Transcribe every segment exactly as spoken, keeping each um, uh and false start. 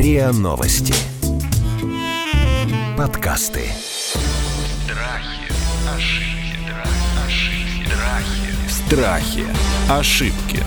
РИА Новости. Подкасты. Страхи, ошибки, ошибки, Страхи, страхи. ошибки.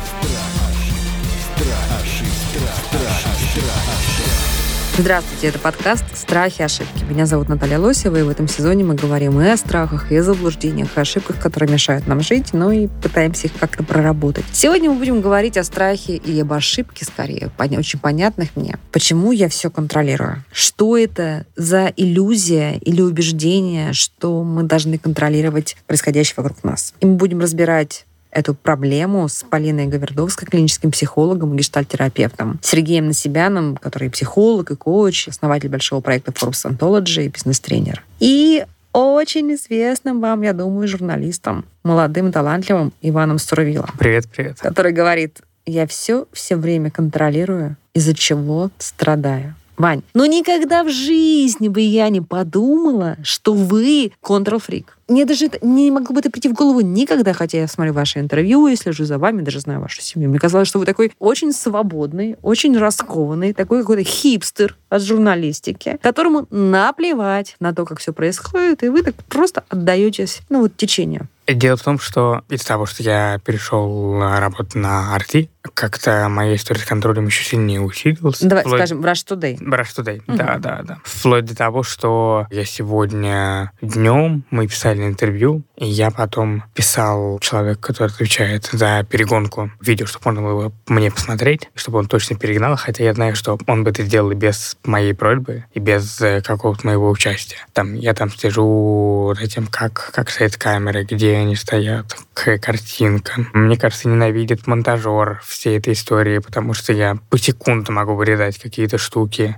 Здравствуйте, это подкаст «Страхи, ошибки». Меня зовут Наталья Лосева, и в этом сезоне мы говорим и о страхах, и о заблуждениях, и о ошибках, которые мешают нам жить, но и пытаемся их как-то проработать. Сегодня мы будем говорить о страхе и об ошибке, скорее, очень понятных мне. Почему я все контролирую? Что это за иллюзия или убеждение, что мы должны контролировать происходящее вокруг нас? И мы будем разбирать эту проблему с Полиной Гавердовской, клиническим психологом и гештальт-терапевтом, Сергеем Насибяном, который психолог и коуч, основатель большого проекта Forbes Ontology и бизнес-тренер. И очень известным вам, я думаю, журналистом, молодым, талантливым Иваном Стурвилом. Привет, привет. Который говорит: я все все время контролирую, из-за чего страдаю. Вань, ну никогда в жизни бы я не подумала, что вы контрол-фрик. Мне даже это не могло бы это прийти в голову никогда, хотя я смотрю ваши интервью, я слежу за вами, даже знаю вашу семью. Мне казалось, что вы такой очень свободный, очень раскованный, такой какой-то хипстер от журналистики, которому наплевать на то, как все происходит, и вы так просто отдаетесь, ну вот, течению. Дело в том, что из-за того, что я перешел работать на Арти, как-то моя история с контролем еще сильнее усилилась. Давай вплоть... скажем, Rush Today. Rush Today, Угу. да, да, да. Вплоть до того, что я сегодня днем, мы писали интервью, и я потом писал человеку, который отвечает за перегонку, видео, чтобы он его мне посмотреть, чтобы он точно перегнал, хотя я знаю, что он бы это сделал и без моей просьбы, и без какого-то моего участия. Там, я там слежу за тем, как, как стоит камера, где они стоят, к картинкам. Мне кажется, ненавидит монтажер всей этой истории, потому что я по секунду могу вырезать какие-то штуки,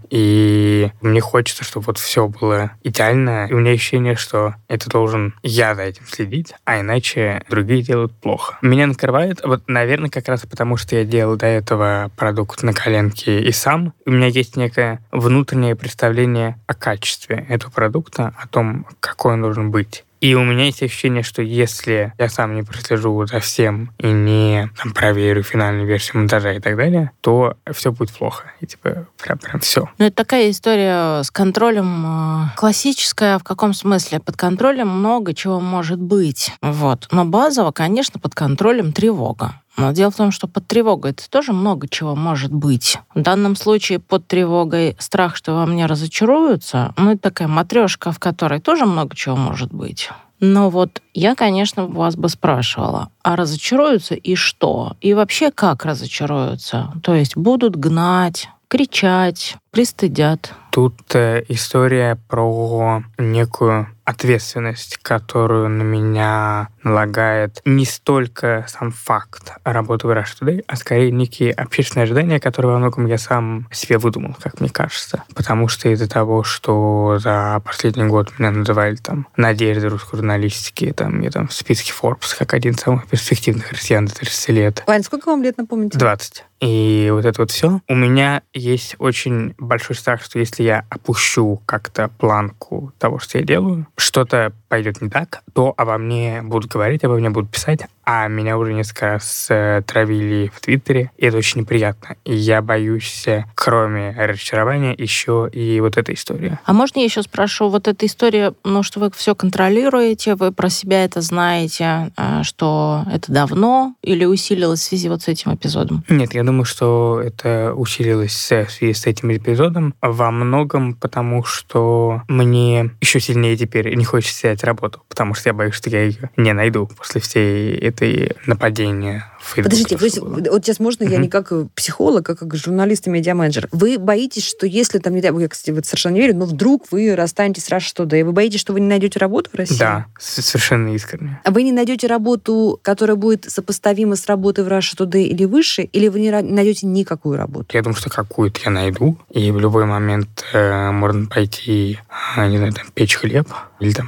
и мне хочется, чтобы вот все было идеально, и у меня ощущение, что это должен я за этим следить, а иначе другие делают плохо. Меня накрывает, вот, наверное, как раз потому, что я делал до этого продукт на коленке и сам, у меня есть некое внутреннее представление о качестве этого продукта, о том, какой он должен быть. И у меня есть ощущение, что если я сам не прослежу за всем и не там, проверю финальную версию монтажа и так далее, то все будет плохо. И типа прям, прям все. Ну, это такая история с контролем классическая. В каком смысле? Под контролем много чего может быть. Вот. Но базово, конечно, под контролем тревога. Но дело в том, что под тревогой это тоже много чего может быть. В данном случае под тревогой страх, что во мне разочаруются, ну, это такая матрешка, в которой тоже много чего может быть. Но вот я, конечно, вас бы спрашивала, а разочаруются и что? И вообще как разочаруются? То есть будут гнать, кричать, пристыдят? Тут э, история про некую ответственность, которую на меня налагает не столько сам факт работы в Rush Today, а скорее некие общественные ожидания, которые во многом я сам себе выдумал, как мне кажется. Потому что из-за того, что за последний год меня называли там надеждой русской журналистики, там, я там в списке Forbes как один из самых перспективных россиян до тридцати лет. Вань, сколько вам лет, напомните? двадцать. И вот это вот все. У меня есть очень большой страх, что если я опущу как-то планку того, что я делаю, что-то пойдет не так, то обо мне будут говорить, обо мне будут писать, а меня уже несколько раз э, травили в Твиттере, и это очень неприятно. И я боюсь, кроме разочарования, еще и вот эта история. А можно я еще спрошу, вот эта история, ну, что вы все контролируете, вы про себя это знаете, что это давно или усилилось в связи вот с этим эпизодом? Нет, я думаю, что это усилилось в связи с этим эпизодом во многом потому, что мне еще сильнее теперь не хочется взять работу, потому что я боюсь, что я ее не найду после всей этой нападения в Facebook. Подождите, то есть, вот сейчас можно, mm-hmm. я не как психолог, а как журналист и медиаменеджер. Вы боитесь, что если там, я, кстати, вот совершенно не верю, но вдруг вы расстанетесь с Rush Today, вы боитесь, что вы не найдете работу в России? Да, совершенно искренне. А вы не найдете работу, которая будет сопоставима с работой в Rush Today или выше, или вы не найдете никакую работу? Я думаю, что какую-то я найду, и в любой момент э, можно пойти, э, не знаю, там, печь хлеб или там подметать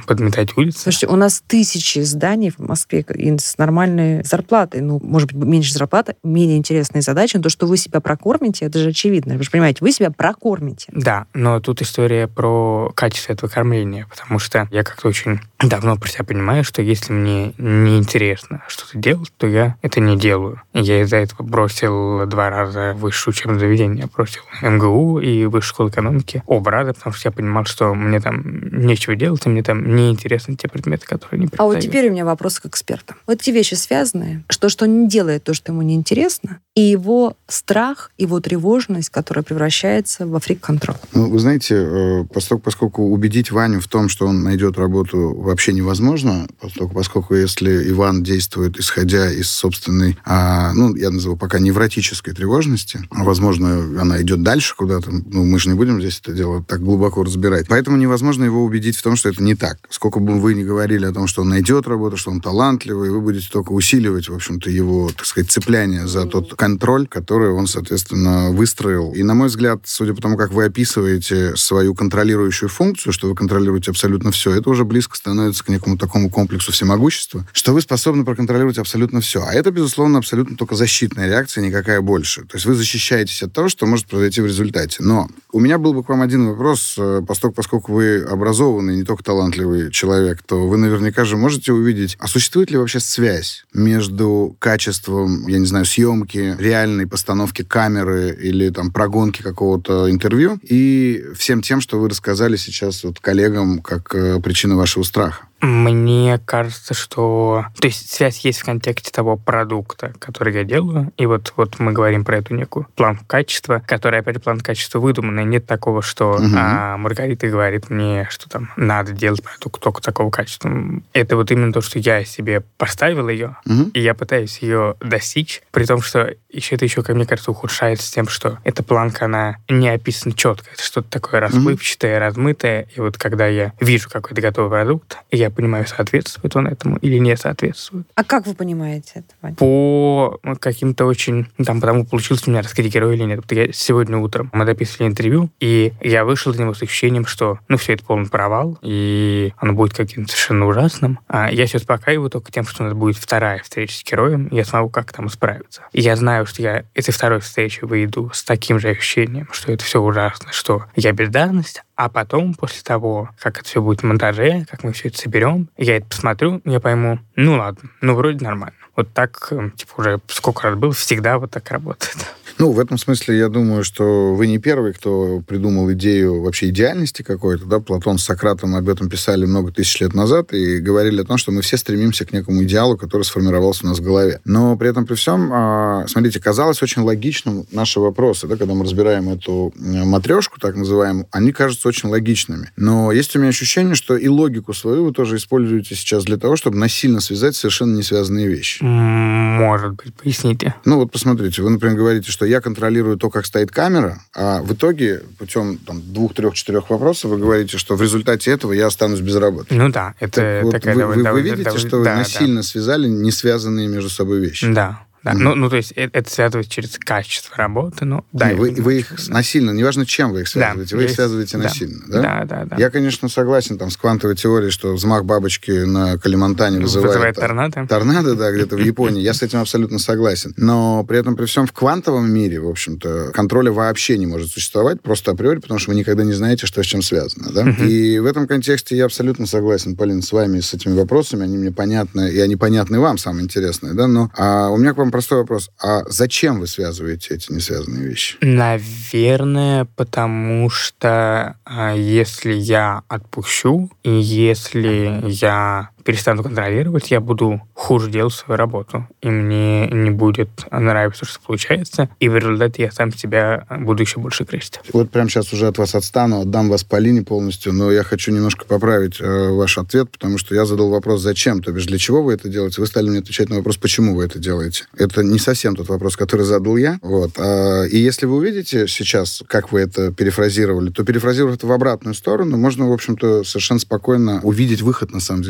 пересекать улицу. Слушайте, у нас тысячи зданий в Москве и с нормальной зарплатой. Ну, может быть, меньше зарплаты, менее интересные задачи. Но то, что вы себя прокормите, это же очевидно. Вы же понимаете, вы себя прокормите. Да, но тут история про качество этого кормления, потому что я как-то очень давно про себя понимаю, что если мне неинтересно что-то делать, то я это не делаю. Я из-за этого бросил два раза высшее учебное заведение. Я бросил эм гэ у и высшую школу экономики оба раза, потому что я понимал, что мне там нечего делать, и мне там неинтересны те предметы, которые не преподают. А вот теперь у меня вопрос к экспертам. Вот эти вещи связаны, что, что он не делает то, что ему неинтересно, и его страх, его тревожность, которая превращается во фрик-контроль. Ну, вы знаете, поскольку, поскольку убедить Ваню в том, что он найдет работу, вообще невозможно, поскольку, поскольку если Иван действует, исходя из собственной, а, ну, я назову пока невротической тревожности, а, возможно, она идет дальше куда-то, ну, мы же не будем здесь это дело так глубоко разбирать. Поэтому невозможно его убедить в том, что это не так. Сколько бы вы ни говорили о том, что он найдет работу, что он талантливый, вы будете только усиливать, в общем-то, его, так сказать, цепляние за тот контроль, который он, соответственно, выстроил. И, на мой взгляд, судя по тому, как вы описываете свою контролирующую функцию, что вы контролируете абсолютно все, это уже близко становится к некому такому комплексу всемогущества, что вы способны проконтролировать абсолютно все. А это, безусловно, абсолютно только защитная реакция, никакая больше. То есть вы защищаетесь от того, что может произойти в результате. Но у меня был бы к вам один вопрос, поскольку, поскольку вы образованный, не только талантливый человек, то вы наверняка же можете увидеть, а существует ли вообще связь между качеством, я не знаю, съемки, реальной постановки камеры или там прогонки какого-то интервью и всем тем, что вы рассказали сейчас вот коллегам как э, причина вашего страха? Мне кажется, что... То есть связь есть в контексте того продукта, который я делаю. И вот, вот мы говорим про эту некую планку качества, которая, опять же, план качества выдуманный. Нет такого, что uh-huh. а, Маргарита говорит мне, что там надо делать продукт только такого качества. Это вот именно то, что я себе поставил ее, uh-huh. и я пытаюсь ее достичь. При том, что еще это еще, как мне кажется, ухудшается тем, что эта планка, она не описана четко. Это что-то такое расплывчатое, uh-huh. размытое. И вот когда я вижу какой-то готовый продукт, я понимаю, соответствует он этому или не соответствует. А как вы понимаете это, Ваня? По каким-то очень... Там, потому получилось у меня раскрыть героя или нет. Вот я сегодня утром мы дописывали интервью, и я вышел из него с ощущением, что, ну, все это полный провал, и оно будет каким-то совершенно ужасным. А я сейчас успокаиваю только тем, что у нас будет вторая встреча с героем, и я смогу как там справиться. И я знаю, что я этой второй встречи выйду с таким же ощущением, что это все ужасно, что я бездарность, а потом, после того, как это все будет в монтаже, как мы все это соберем, я это посмотрю, я пойму, ну ладно, ну вроде нормально. Вот так, типа, уже сколько раз было, всегда вот так работает. Ну, в этом смысле, я думаю, что вы не первый, кто придумал идею вообще идеальности какой-то, да, Платон с Сократом об этом писали много тысяч лет назад и говорили о том, что мы все стремимся к некому идеалу, который сформировался у нас в голове. Но при этом, при всем, смотрите, казалось очень логичным наши вопросы, да, когда мы разбираем эту матрешку, так называемую, они кажутся очень логичными. Но есть у меня ощущение, что и логику свою вы тоже используете сейчас для того, чтобы насильно связать совершенно не связанные вещи. Может быть, поясните. Ну, вот посмотрите, вы, например, говорите, что я контролирую то, как стоит камера, а в итоге путем там, двух, трех, четырех вопросов вы говорите, что в результате этого я останусь без работы. Ну да, это так вот такая вы, довольно... Вы, вы видите, довольно, что вы да, насильно да. связали не связанные между собой вещи? Да. Да. Mm-hmm. Ну, ну, то есть это, это связывает через качество работы, ну, да. Не, вы, вы их да. насильно, неважно, чем вы их связываете, да, вы их есть, связываете да. насильно, да? Да, да, да. Я, конечно, согласен там с квантовой теорией, что взмах бабочки на Калимантане вызывает... Вызывает торнадо. Торнадо, да, где-то в Японии. Я с этим абсолютно согласен. Но при этом, при всем, в квантовом мире, в общем-то, контроля вообще не может существовать, просто априори, потому что вы никогда не знаете, что с чем связано, да? Mm-hmm. И в этом контексте я абсолютно согласен, Полин, с вами, с этими вопросами. Они мне понятны, и они понятны вам, самое интересное, да? Но а у меня к вам простой вопрос. А зачем вы связываете эти несвязанные вещи? Наверное, потому что а, если я отпущу, и если я перестану контролировать, я буду хуже делать свою работу. И мне не будет нравиться, что получается. И в результате я сам себя буду еще больше крестить. Вот прямо сейчас уже от вас отстану, отдам вас Полине полностью, но я хочу немножко поправить э, ваш ответ, потому что я задал вопрос «зачем?», то бишь для чего вы это делаете? Вы стали мне отвечать на вопрос «почему вы это делаете?». Это не совсем тот вопрос, который задал я. Вот. А, и если вы увидите сейчас, как вы это перефразировали, то перефразировав это в обратную сторону, можно, в общем-то, совершенно спокойно увидеть выход, на самом деле, этой ситуации.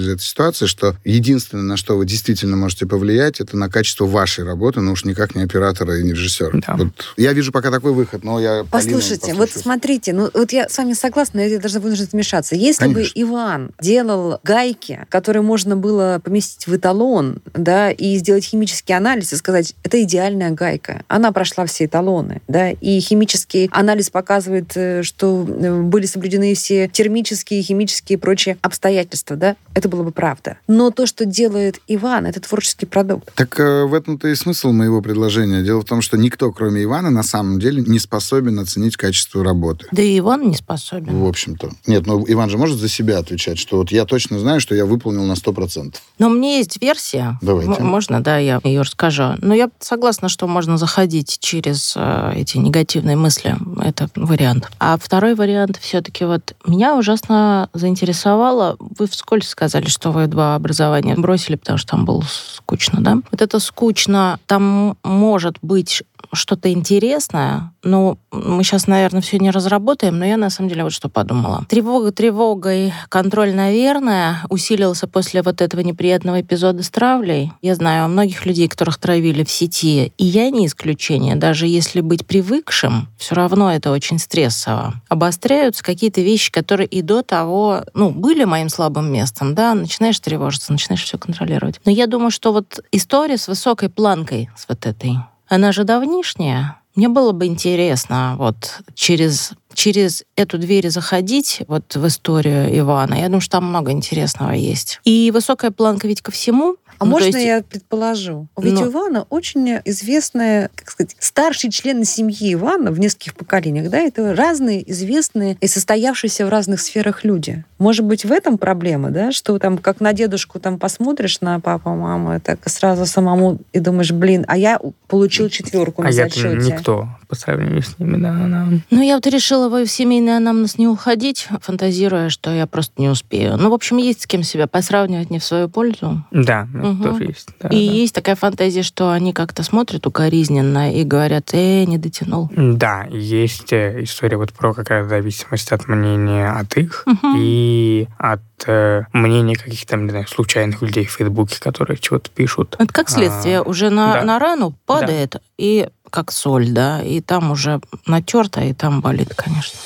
ситуации, что единственное, на что вы действительно можете повлиять, это на качество вашей работы, но уж никак не оператора и не режиссера. Да. Вот я вижу пока такой выход, но я... Послушайте, вот смотрите, ну вот я с вами согласна, но я даже вынуждена вмешаться. Если Конечно. бы Иван делал гайки, которые можно было поместить в эталон, да, и сделать химический анализ и сказать, это идеальная гайка, она прошла все эталоны, да, и химический анализ показывает, что были соблюдены все термические, химические и прочие обстоятельства, да, это было бы правда. Но то, что делает Иван, это творческий продукт. Так э, в этом-то и смысл моего предложения. Дело в том, что никто, кроме Ивана, на самом деле не способен оценить качество работы. Да и Иван не способен. В общем-то. Нет, но Иван же может за себя отвечать, что вот я точно знаю, что я выполнил на сто процентов. Но у меня есть версия. Давайте. М- можно, да, я ее расскажу. Но я согласна, что можно заходить через э, эти негативные мысли. Это вариант. А второй вариант все-таки вот меня ужасно заинтересовало. Вы вскользь сказали, что вы два образования бросили, потому что там было скучно, да? Вот это скучно. Там может быть что-то интересное, но мы сейчас, наверное, все не разработаем, но я на самом деле вот что подумала. Тревога тревогой, контроль, наверное, усилился после вот этого неприятного эпизода с травлей. Я знаю о многих людей, которых травили в сети, и я не исключение. Даже если быть привыкшим, все равно это очень стрессово. Обостряются какие-то вещи, которые и до того, ну, были моим слабым местом, да, начинаешь тревожиться, начинаешь все контролировать. Но я думаю, что вот история с высокой планкой, с вот этой, она же давнишняя. Мне было бы интересно вот через, через эту дверь заходить вот в историю Ивана. Я думаю, что там много интересного есть. И высокая планка ведь ко всему. А ну, можно есть... я предположу? Ведь ну... у Ивана очень известная, как сказать, старшие члены семьи Ивана в нескольких поколениях, да, это разные известные и состоявшиеся в разных сферах люди. Может быть, в этом проблема, да, что там, как на дедушку там посмотришь на папу, маму, так сразу самому и думаешь, блин, а я получил четверку на а зачете. А я никто по сравнению с ними, да, да. Ну, я вот решила в семейный анамнез не уходить, фантазируя, что я просто не успею. Ну, в общем, есть с кем себя посравнивать не в свою пользу. Да, Угу. тоже есть. Да, и да. есть такая фантазия, что они как-то смотрят укоризненно и говорят, э, не дотянул. Да, есть история вот про какая-то зависимость от мнения от их Угу. и от э, мнения каких-то, не знаю, случайных людей в Фейсбуке, которые чего-то пишут. Это как следствие. А, уже на, да. на рану падает, и как соль, да, и там уже натерто, и там болит, конечно.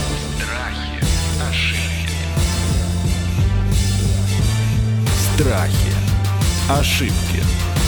Страхи, ошибки. Страхи. Ошибки.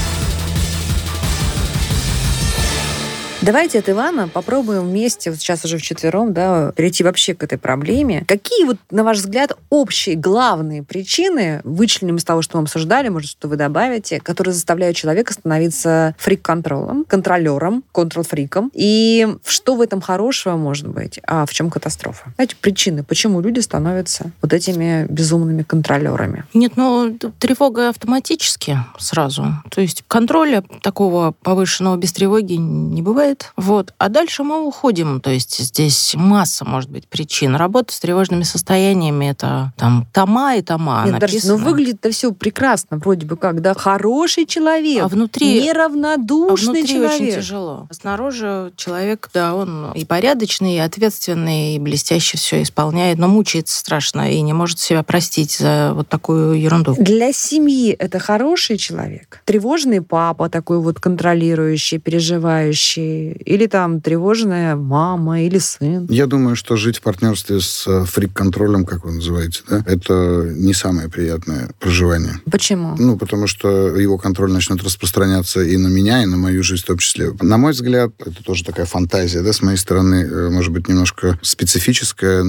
Давайте от Ивана попробуем вместе, вот сейчас уже вчетвером, да, перейти вообще к этой проблеме. Какие, вот, на ваш взгляд, общие, главные причины, вычленим из того, что мы обсуждали, может, что вы добавите, которые заставляют человека становиться фрик-контролом, контролером, контрол-фриком? И что в этом хорошего может быть, а в чем катастрофа? Знаете, причины, почему люди становятся вот этими безумными контролерами? Нет, ну, тревога автоматически сразу. То есть контроля такого повышенного без тревоги не бывает. Вот. А дальше мы уходим. То есть здесь масса, может быть, причин. Работа с тревожными состояниями — это там тома и тома Нет, написано. Подожди, ну выглядит-то все прекрасно, вроде бы как, да, хороший человек, а внутри, неравнодушный а внутри человек. очень тяжело. Снаружи человек, да, он и порядочный, и ответственный, и блестяще все исполняет, но мучается страшно и не может себя простить за вот такую ерунду. Для семьи это хороший человек? Тревожный папа, такой вот контролирующий, переживающий? Или там тревожная мама или сын? Я думаю, что жить в партнерстве с фрик-контролем, как вы называете, да, это не самое приятное проживание. Почему? Ну, потому что его контроль начнет распространяться и на меня, и на мою жизнь в том числе. На мой взгляд, это тоже такая фантазия, да, с моей стороны, может быть, немножко специфическая,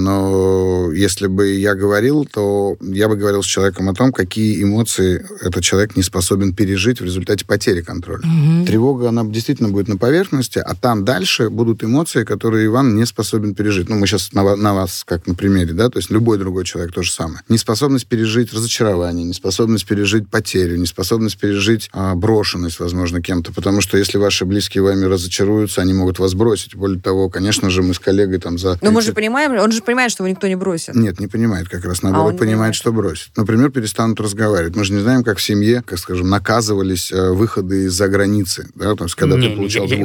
но если бы я говорил, то я бы говорил с человеком о том, какие эмоции этот человек не способен пережить в результате потери контроля. Угу. Тревога, она действительно будет на поверхности, а там дальше будут эмоции, которые Иван не способен пережить. Ну, мы сейчас на, на вас, как на примере, да, то есть любой другой человек то же самое. Неспособность пережить разочарование, неспособность пережить потерю, неспособность пережить а, брошенность, возможно, кем-то, потому что если ваши близкие вами разочаруются, они могут вас бросить. Более того, конечно же, мы с коллегой там за... Но мы же понимаем, он же понимает, что его никто не бросит. Нет, не понимает как раз, наоборот, а понимает, понимает, что бросит. Например, перестанут разговаривать. Мы же не знаем, как в семье, как, скажем, наказывались э, выходы из-за границы, да, то есть, когда не, ты получал я, двойки. ну, то есть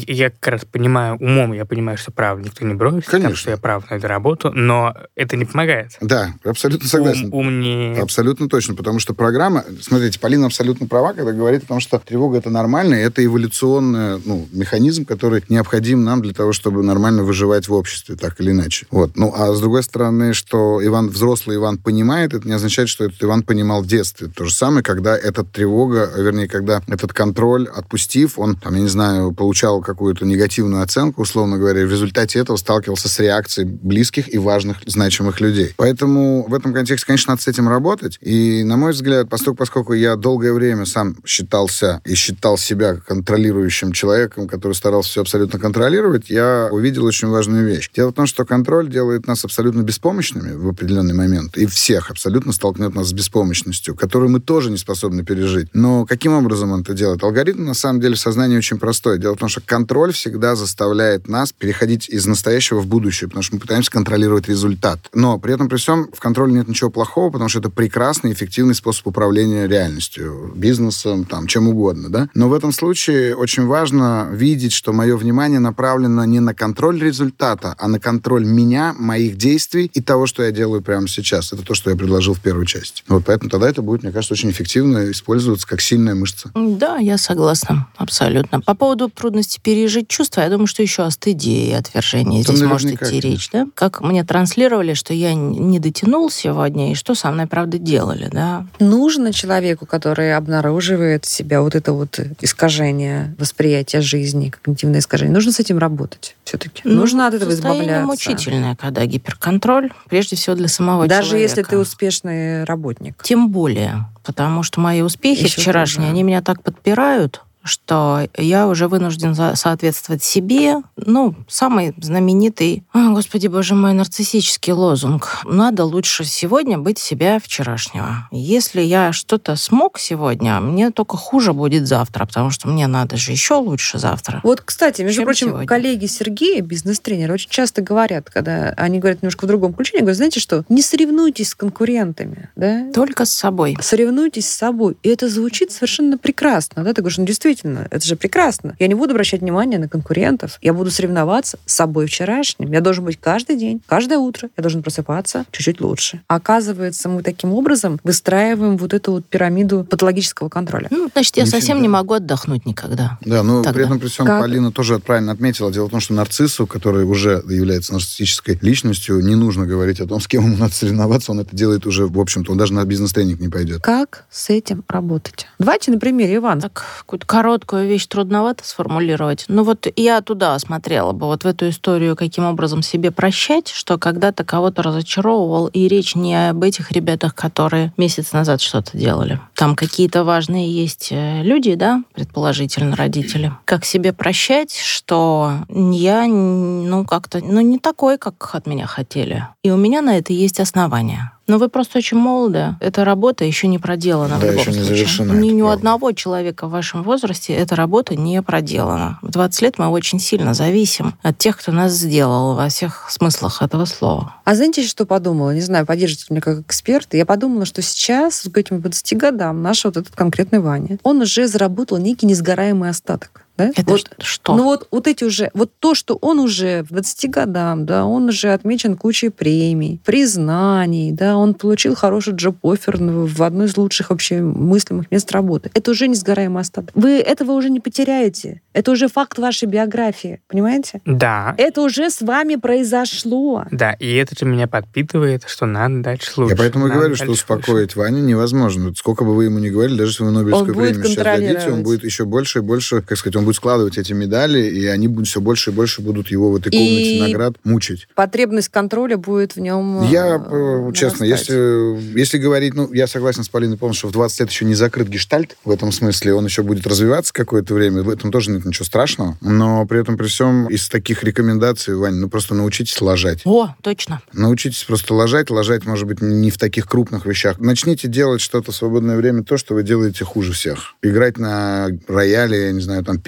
я как раз понимаю, умом я понимаю, что прав никто не бросит, Конечно. так что я прав на эту работу, но это не помогает. Да, абсолютно согласен. Ум, ум не... Абсолютно точно, потому что программа... Смотрите, Полина абсолютно права, когда говорит о том, что тревога — это нормально, и это эволюционный ну, механизм, который необходим нам для того, чтобы нормально выживать в обществе, так или иначе. Вот. Ну, а с другой стороны, что Иван, взрослый Иван понимает, это не означает, что этот Иван понимал в детстве. То же самое, когда эта тревога, вернее, когда этот контроль, отпустив, он, там, я не знаю, получал какую-то негативную оценку, условно говоря, и в результате этого сталкивался с реакцией близких и важных, значимых людей. Поэтому в этом контексте, конечно, надо с этим работать. И, на мой взгляд, поскольку, поскольку я долгое время сам считался и считал себя контролирующим человеком, который старался все абсолютно контролировать, я увидел очень важную вещь. Дело в том, что контроль делает нас абсолютно беспомощными в определенный момент. И всех абсолютно столкнет нас с беспомощностью, которую мы тоже не способны пережить. Но каким образом он это делает? Алгоритм, на самом деле, в сознании очень простой. Дело в том, что контроль всегда заставляет нас переходить из настоящего в будущее, потому что мы пытаемся контролировать результат. Но при этом, при всем, в контроле нет ничего плохого, потому что это прекрасный, эффективный способ управления реальностью, бизнесом, там, чем угодно, да? Но в этом случае очень важно видеть, что мое внимание направлено не на контроль результата, а на контроль меня, моих действий и того, что я делаю прямо сейчас. Это то, что я предложил в первой части. Вот поэтому тогда это будет, мне кажется, очень эффективно использоваться как сильная мышца. Да, я согласна, абсолютно. По поводу трудности пережить чувства, я думаю, что еще о стыде и отвержении Это здесь может идти наверняка, речь, да? Как мне транслировали, что я не дотянул сегодня, и что со мной, правда, делали, да? Нужно человеку, который обнаруживает в себя вот это вот искажение восприятия жизни, когнитивное искажение, нужно с этим работать все-таки. Ну, нужно от этого состояние избавляться. мучительное, когда гиперконтроль, прежде всего для самого Даже человека. если ты успешный работник. Тем более, потому что мои успехи Еще вчерашние, хуже. они меня так подпирают, что я уже вынужден за- соответствовать себе. Ну, самый знаменитый, о, господи, боже мой, нарциссический лозунг. Надо лучше сегодня быть себя вчерашнего. Если я что-то смог сегодня, мне только хуже будет завтра, потому что мне надо же еще лучше завтра. Вот, кстати, между Чем прочим, сегодня? коллеги Сергея, бизнес-тренеры, очень часто говорят, когда они говорят немножко в другом ключе, они говорят, знаете что, не соревнуйтесь с конкурентами, да? Только с собой. Соревнуйтесь с собой. И это звучит совершенно прекрасно, да? Ты говоришь, ну, действительно, это же прекрасно. Я не буду обращать внимание на конкурентов. Я буду соревноваться с собой вчерашним. Я должен быть каждый день, каждое утро. Я должен просыпаться чуть-чуть лучше. А оказывается, мы таким образом выстраиваем вот эту вот пирамиду патологического контроля. Ну, значит, я Нифига. совсем не могу отдохнуть никогда. Да, но Тогда. при этом, при всем, Как? Полина тоже правильно отметила. Дело в том, что нарциссу, который уже является нарциссической личностью, не нужно говорить о том, с кем ему надо соревноваться. Он это делает уже, в общем-то, он даже на бизнес-тренинг не пойдет. Как с этим работать? Давайте на примере Ивана. Так, какую-то короткую вещь трудновато сформулировать. Ну вот я туда смотрела бы, вот в эту историю, каким образом себе прощать, что когда-то кого-то разочаровывал, и речь не об этих ребятах, которые месяц назад что-то делали. Там какие-то важные есть люди, да, предположительно, родители. Как себе прощать, что я, ну, как-то, ну, не такой, как от меня хотели. И у меня на это есть основания. Но вы просто очень молоды. Эта работа еще не проделана. Да, в любом еще не случае. завершена, Ни, это ни у правда. одного человека в вашем возрасте эта работа не проделана. В двадцать лет мы очень сильно зависим от тех, кто нас сделал во всех смыслах этого слова. А знаете, что подумала? Не знаю, поддержите меня как эксперт. Я подумала, что сейчас, к этим двадцати годам, наш вот этот конкретный Ваня, он уже заработал некий несгораемый остаток. Да? Это вот, что? Ну вот, вот эти уже, вот то, что он уже в двадцати годам, да, он уже отмечен кучей премий, признаний, да, он получил хороший джоб-оффер в одно из лучших вообще мыслимых мест работы. Это уже несгораемый остаток. Вы этого уже не потеряете. Это уже факт вашей биографии, понимаете? Да. Это уже с вами произошло. Да, и это же меня подпитывает, что надо дальше лучше. Я поэтому и надо говорю, что дальше успокоить Ваню невозможно. Вот сколько бы вы ему ни говорили, даже если вы Нобелевскую Он будет премию сейчас дадите, он контролировать. будет еще больше и больше, как сказать, он будет складывать эти медали, и они будут все больше и больше будут его в этой комнате И- наград мучить. Потребность контроля будет в нем. Я, э, э, честно, нарастать. если, если говорить, ну, я согласен с Полиной полностью, что в двадцать лет еще не закрыт гештальт, в этом смысле он еще будет развиваться какое-то время, в этом тоже нет ничего страшного, но при этом, при всем, из таких рекомендаций, Вань, ну, просто научитесь лажать. О, точно. Научитесь просто лажать, лажать, может быть, не в таких крупных вещах. Начните делать что-то в свободное время, то, что вы делаете хуже всех. Играть на рояле, я не знаю, там, петь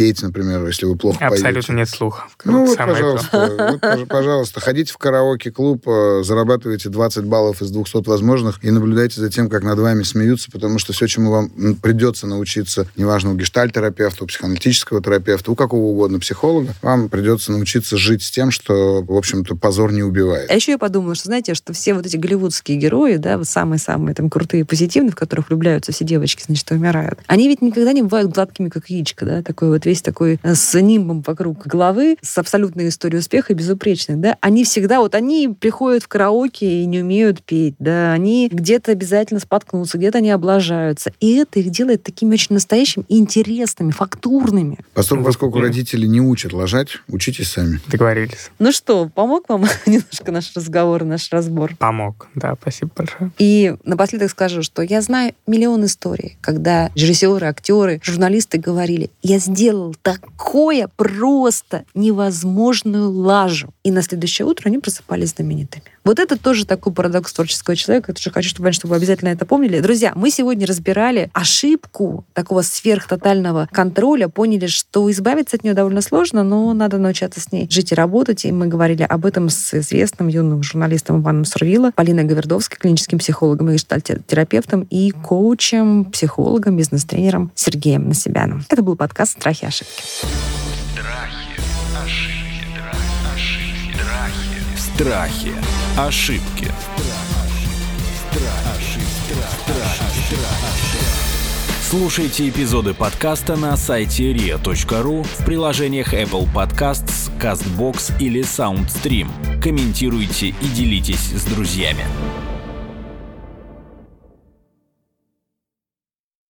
петь, например, если вы плохо поете. Абсолютно нет слуха. Ну вот, Самое пожалуйста, вот, пожалуйста, ходите в караоке-клуб, зарабатывайте двадцать баллов из двухсот возможных и наблюдайте за тем, как над вами смеются, потому что все, чему вам придется научиться, неважно, у гештальт-терапевта, у психоаналитического терапевта, у какого угодно психолога, вам придется научиться жить с тем, что, в общем-то, позор не убивает. А еще я подумала, что, знаете, что все вот эти голливудские герои, да, вот самые-самые там крутые, позитивные, в которых влюбляются все девочки, значит, умирают, они ведь никогда не бывают гладкими, как яичко, да, такой вот весь такой с нимбом вокруг головы, с абсолютной историей успеха, безупречной, да, они всегда, вот они приходят в караоке и не умеют петь, да, они где-то обязательно споткнутся, где-то они облажаются, и это их делает такими очень настоящими и интересными, фактурными. Поскольку, поскольку родители не учат лажать, учитесь сами. Договорились. Ну что, помог вам немножко наш разговор, наш разбор? Помог, да, спасибо большое. И напоследок скажу, что я знаю миллион историй, когда режиссеры, актеры, журналисты говорили: я сделал такое просто невозможную лажу. И на следующее утро они просыпались знаменитыми. Вот это тоже такой парадокс творческого человека. Я тоже хочу, чтобы, чтобы вы обязательно это помнили. Друзья, мы сегодня разбирали ошибку такого сверхтотального контроля, поняли, что избавиться от нее довольно сложно, но надо научаться с ней жить и работать. И мы говорили об этом с известным юным журналистом Иваном Сурвило, Полиной Гавердовской, клиническим психологом и гештальт-терапевтом, и коучем, психологом, бизнес-тренером Сергеем Насибяном. Это был подкаст «Страхи и ошибки». Страхи, ошибки, ошибки, страхи. Страхи, ошибки. Слушайте эпизоды подкаста на сайте риа точка ру, в приложениях Apple Podcasts, CastBox или SoundStream. Комментируйте и делитесь с друзьями.